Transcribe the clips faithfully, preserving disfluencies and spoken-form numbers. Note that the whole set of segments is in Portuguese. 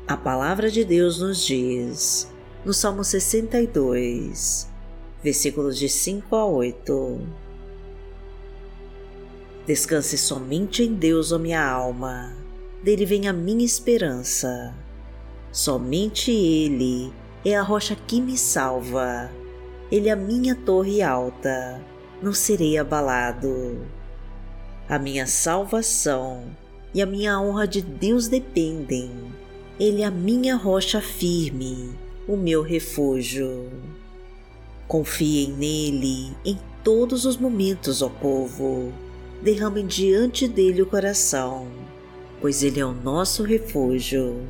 A palavra de Deus nos diz, no Salmo sessenta e dois, versículos de cinco a oito: Descanse somente em Deus, ó minha alma, dele vem a minha esperança. Somente Ele é a rocha que me salva. Ele é a minha torre alta, não serei abalado. A minha salvação e a minha honra de Deus dependem. Ele é a minha rocha firme, o meu refúgio. Confiem nele em todos os momentos, ó povo. Derramem diante dele o coração, pois ele é o nosso refúgio.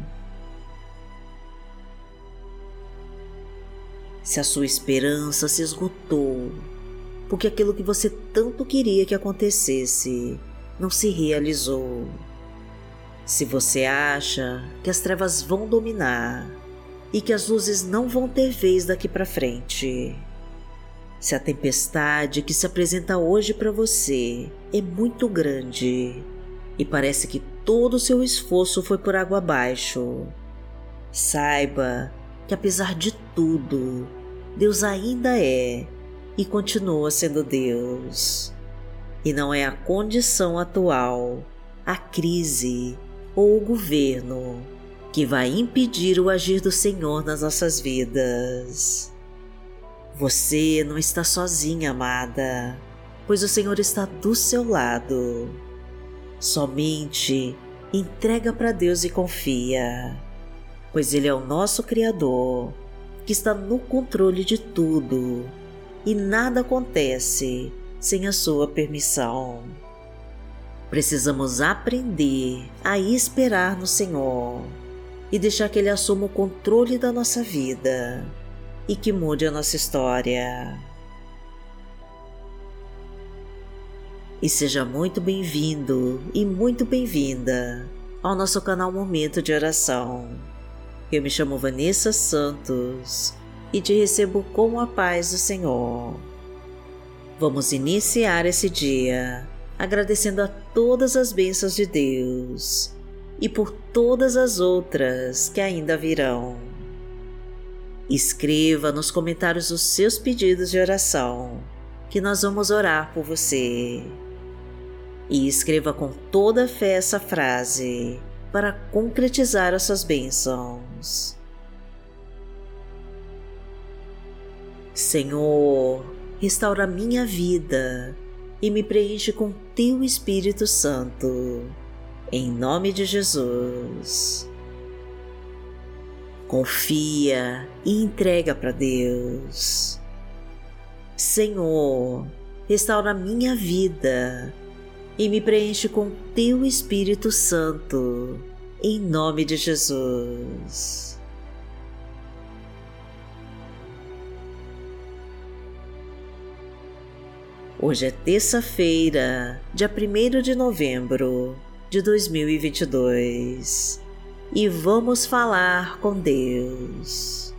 Se a sua esperança se esgotou, porque aquilo que você tanto queria que acontecesse não se realizou. Se você acha que as trevas vão dominar e que as luzes não vão ter vez daqui para frente, se a tempestade que se apresenta hoje para você é muito grande e parece que todo o seu esforço foi por água abaixo, saiba que apesar de tudo, Deus ainda é e continua sendo Deus. E não é a condição atual, a crise ou o governo que vai impedir o agir do Senhor nas nossas vidas. Você não está sozinha, amada, pois o Senhor está do seu lado. Somente entrega para Deus e confia, pois Ele é o nosso Criador, que está no controle de tudo e nada acontece sem a sua permissão. Precisamos aprender a esperar no Senhor e deixar que Ele assuma o controle da nossa vida e que mude a nossa história. E seja muito bem-vindo e muito bem-vinda ao nosso canal Momento de Oração. Eu me chamo Vanessa Santos e te recebo com a paz do Senhor. Vamos iniciar esse dia agradecendo a todas as bênçãos de Deus e por todas as outras que ainda virão. Escreva nos comentários os seus pedidos de oração, que nós vamos orar por você. E escreva com toda a fé essa frase para concretizar as suas bênçãos. Senhor, restaura minha vida e me preenche com Teu Espírito Santo, em nome de Jesus. Confia e entrega para Deus. Senhor, restaura minha vida e me preenche com Teu Espírito Santo, em nome de Jesus. Hoje é terça-feira, dia primeiro de novembro de dois mil e vinte e dois, e vamos falar com Deus.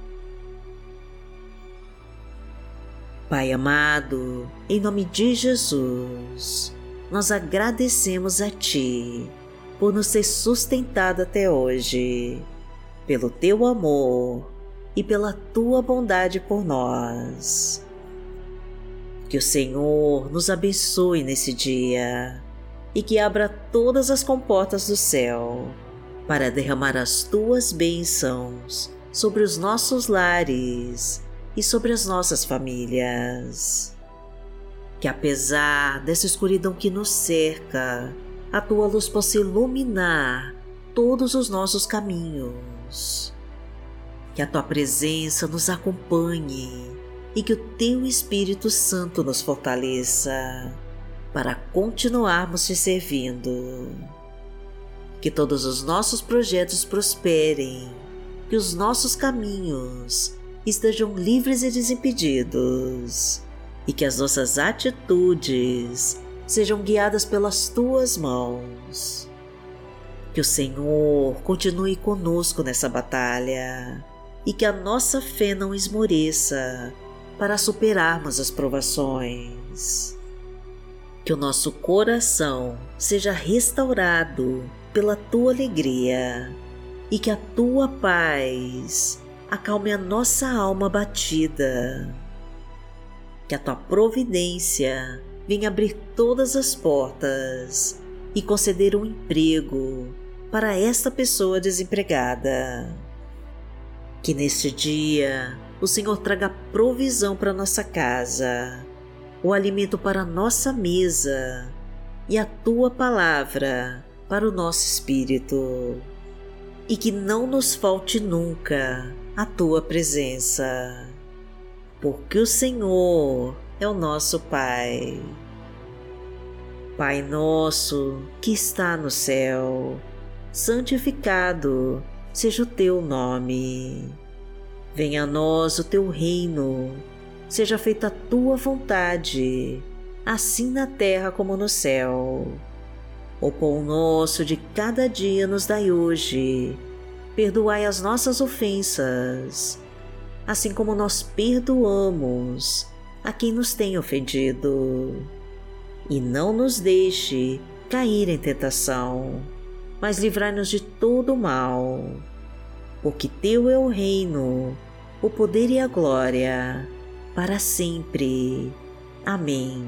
Pai amado, em nome de Jesus, nós agradecemos a Ti por nos ter sustentado até hoje, pelo Teu amor e pela Tua bondade por nós. Que o Senhor nos abençoe nesse dia e que abra todas as comportas do céu para derramar as Tuas bênçãos sobre os nossos lares e sobre as nossas famílias. Que apesar dessa escuridão que nos cerca, a Tua luz possa iluminar todos os nossos caminhos. Que a Tua presença nos acompanhe e que o Teu Espírito Santo nos fortaleça para continuarmos Te servindo. Que todos os nossos projetos prosperem, que os nossos caminhos estejam livres e desimpedidos, e que as nossas atitudes sejam guiadas pelas Tuas mãos. Que o Senhor continue conosco nessa batalha e que a nossa fé não esmoreça para superarmos as provações. Que o nosso coração seja restaurado pela Tua alegria e que a tua paz acalme a nossa alma batida. Que a tua providência venha abrir todas as portas e conceder um emprego para esta pessoa desempregada. Que neste dia o Senhor traga provisão para nossa casa, o alimento para a nossa mesa e a tua palavra para o nosso espírito. E que não nos falte nunca a tua presença, porque o Senhor é o nosso Pai. Pai nosso que está no céu, santificado seja o teu nome. Venha a nós o teu reino, seja feita a tua vontade, assim na terra como no céu. O pão nosso de cada dia nos dai hoje. Perdoai as nossas ofensas, assim como nós perdoamos a quem nos tem ofendido. E não nos deixe cair em tentação, mas livrai-nos de todo o mal. Porque teu é o reino, o poder e a glória, para sempre. Amém.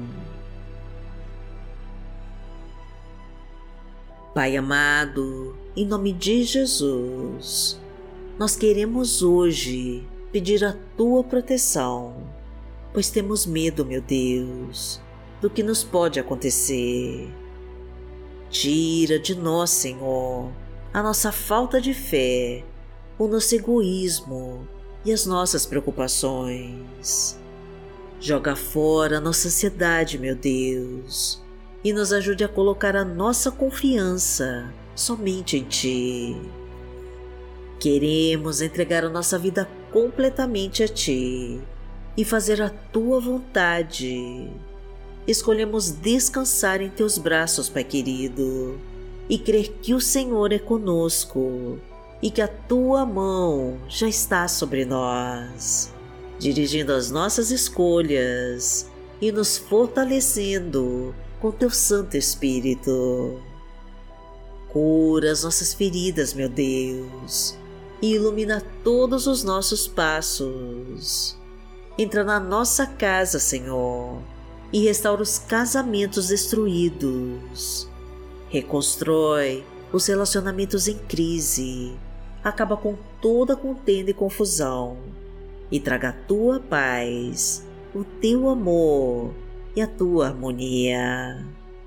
Pai amado, em nome de Jesus, nós queremos hoje pedir a tua proteção, pois temos medo, meu Deus, do que nos pode acontecer. Tira de nós, Senhor, a nossa falta de fé, o nosso egoísmo e as nossas preocupações. Joga fora a nossa ansiedade, meu Deus, e nos ajude a colocar a nossa confiança somente em Ti. Queremos entregar a nossa vida completamente a Ti e fazer a Tua vontade. Escolhemos descansar em Teus braços, Pai querido, e crer que o Senhor é conosco e que a Tua mão já está sobre nós, dirigindo as nossas escolhas e nos fortalecendo com Teu Santo Espírito. Cura as nossas feridas, meu Deus, e ilumina todos os nossos passos. Entra na nossa casa, Senhor, e restaura os casamentos destruídos. Reconstrói os relacionamentos em crise, acaba com toda contenda e confusão, e traga a Tua paz, o Teu amor e a Tua harmonia.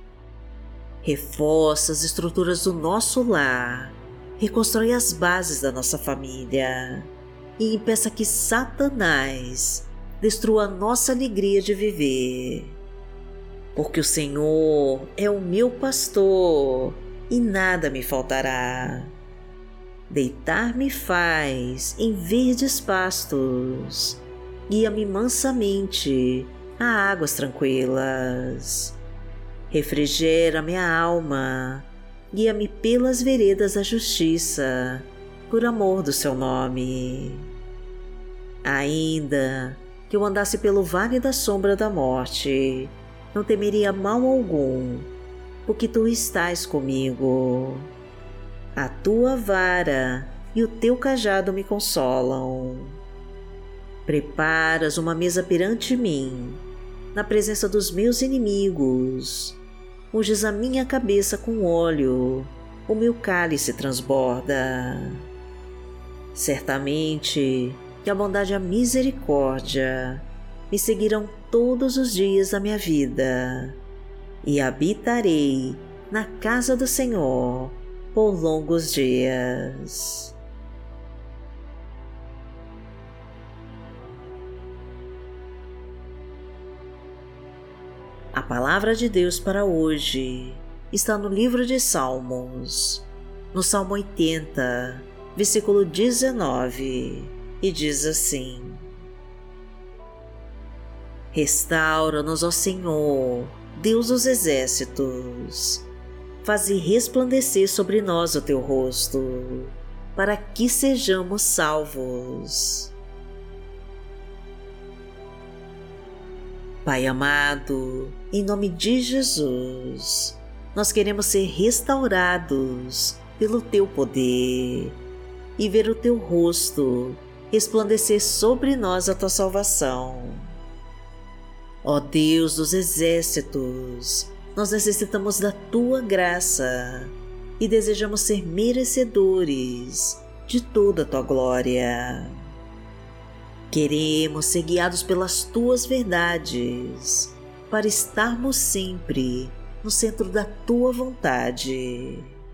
Reforça as estruturas do nosso lar, reconstrói as bases da nossa família e impeça que Satanás destrua a nossa alegria de viver. Porque o Senhor é o meu pastor e nada me faltará. Deitar-me faz em verdes pastos, guia-me mansamente a águas tranquilas. Refrigera minha alma, guia-me pelas veredas da justiça, por amor do Seu nome. Ainda que eu andasse pelo vale da sombra da morte, não temeria mal algum, porque Tu estás comigo. A Tua vara e o Teu cajado me consolam. Preparas uma mesa perante mim, na presença dos meus inimigos. Unges a minha cabeça com óleo, o meu cálice transborda. Certamente que a bondade e a misericórdia me seguirão todos os dias da minha vida, e habitarei na casa do Senhor por longos dias. A palavra de Deus para hoje está no livro de Salmos, no Salmo oitenta, versículo dezenove, e diz assim: Restaura-nos, ó Senhor, Deus dos exércitos, faze resplandecer sobre nós o Teu rosto, para que sejamos salvos. Pai amado, em nome de Jesus, nós queremos ser restaurados pelo Teu poder. e ver o teu rosto, resplandecer sobre nós a tua salvação. Ó Deus dos exércitos, nós necessitamos da tua graça e desejamos ser merecedores de toda a tua glória. Queremos ser guiados pelas tuas verdades, para estarmos sempre no centro da tua vontade.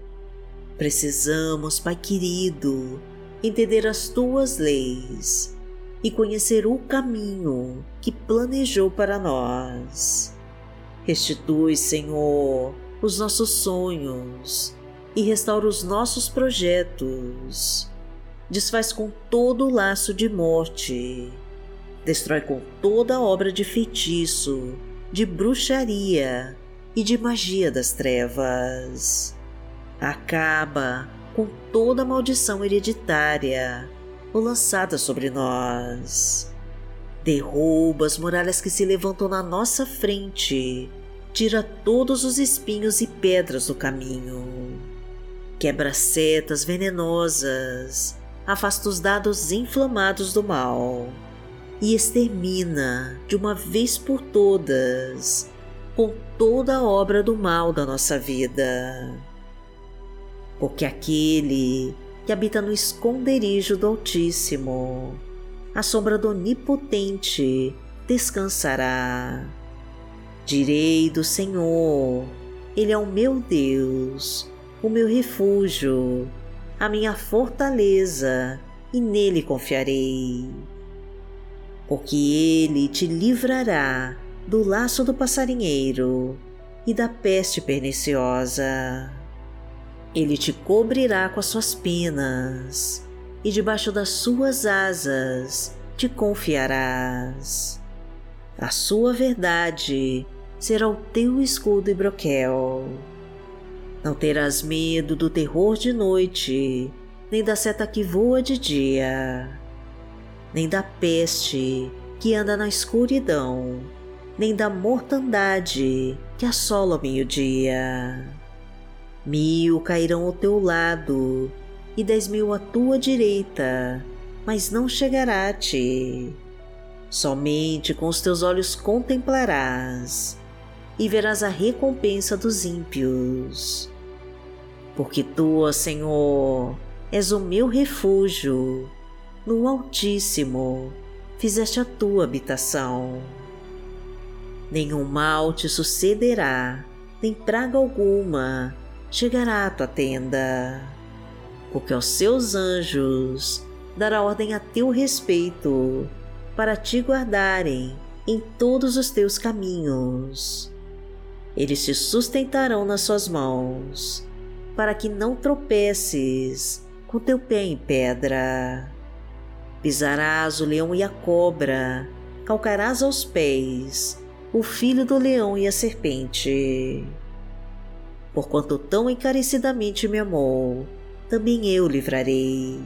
Precisamos, Pai querido, entender as tuas leis e conhecer o caminho que planejou para nós. Restitui, Senhor, os nossos sonhos e restaura os nossos projetos. Desfaz com todo o laço de morte. Destrói com toda a obra de feitiço, de bruxaria e de magia das trevas. Acaba com toda a maldição hereditária ou lançada sobre nós. Derruba as muralhas que se levantam na nossa frente. Tira todos os espinhos e pedras do caminho. Quebra setas venenosas. Afasta os dados inflamados do mal. E extermina, de uma vez por todas, com toda a obra do mal da nossa vida. Porque aquele que habita no esconderijo do Altíssimo, à sombra do Onipotente, descansará. Direi do Senhor, Ele é o meu Deus, o meu refúgio, a minha fortaleza, e nele confiarei. Porque Ele te livrará do laço do passarinheiro e da peste perniciosa. Ele te cobrirá com as suas penas, e debaixo das suas asas te confiarás. A sua verdade será o teu escudo e broquel. Não terás medo do terror de noite, nem da seta que voa de dia, nem da peste que anda na escuridão, nem da mortandade que assola ao meio-dia. Mil cairão ao teu lado e dez mil à tua direita, mas não chegará a ti. Somente com os teus olhos contemplarás e verás a recompensa dos ímpios. Porque tu, Senhor, és o meu refúgio, no Altíssimo fizeste a tua habitação. Nenhum mal te sucederá, nem praga alguma chegará à tua tenda, porque aos seus anjos dará ordem a teu respeito, para te guardarem em todos os teus caminhos. Eles te sustentarão nas suas mãos, para que não tropeces com teu pé em pedra. Pisarás o leão e a cobra, calcarás aos pés o filho do leão e a serpente. Porquanto tão encarecidamente me amou, também eu livrarei.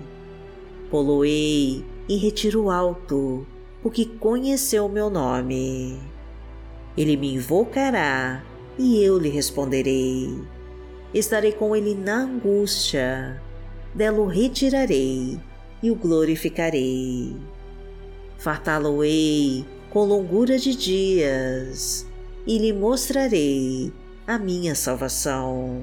Poloei em retiro alto, porque conheceu o meu nome. Ele me invocará, e eu lhe responderei. Estarei com ele na angústia, dela o retirarei e o glorificarei. Fartá-lo-ei com longura de dias, e lhe mostrarei a minha salvação.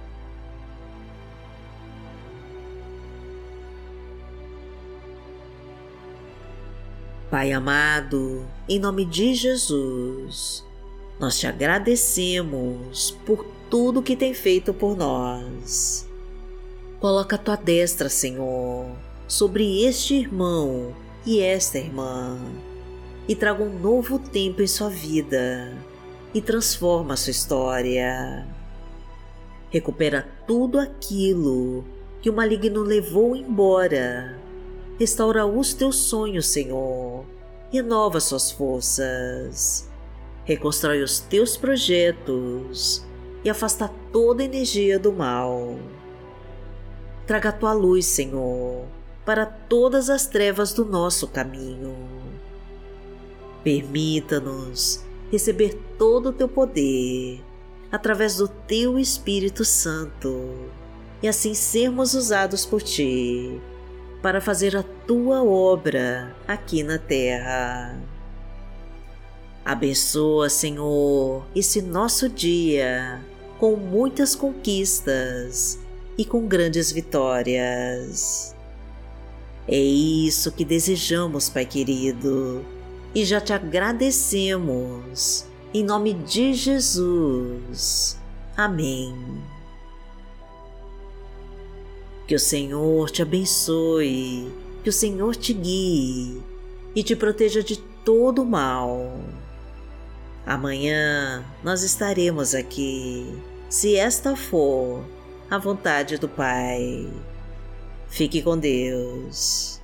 Pai amado, em nome de Jesus, nós te agradecemos por tudo que tem feito por nós. Coloca a tua destra, Senhor, sobre este irmão e esta irmã, e traga um novo tempo em sua vida, e transforma a sua história. Recupera tudo aquilo que o maligno levou embora. Restaura os teus sonhos, Senhor. Renova suas forças. Reconstrói os teus projetos e afasta toda a energia do mal. Traga a tua luz, Senhor, para todas as trevas do nosso caminho. Permita-nos receber todo o teu poder através do teu Espírito Santo e assim sermos usados por ti para fazer a tua obra aqui na terra. Abençoa, Senhor, esse nosso dia com muitas conquistas e com grandes vitórias. É isso que desejamos, Pai querido, e já te agradecemos, em nome de Jesus. Amém. Que o Senhor te abençoe, que o Senhor te guie e te proteja de todo o mal. Amanhã nós estaremos aqui, se esta for a vontade do Pai. Fique com Deus.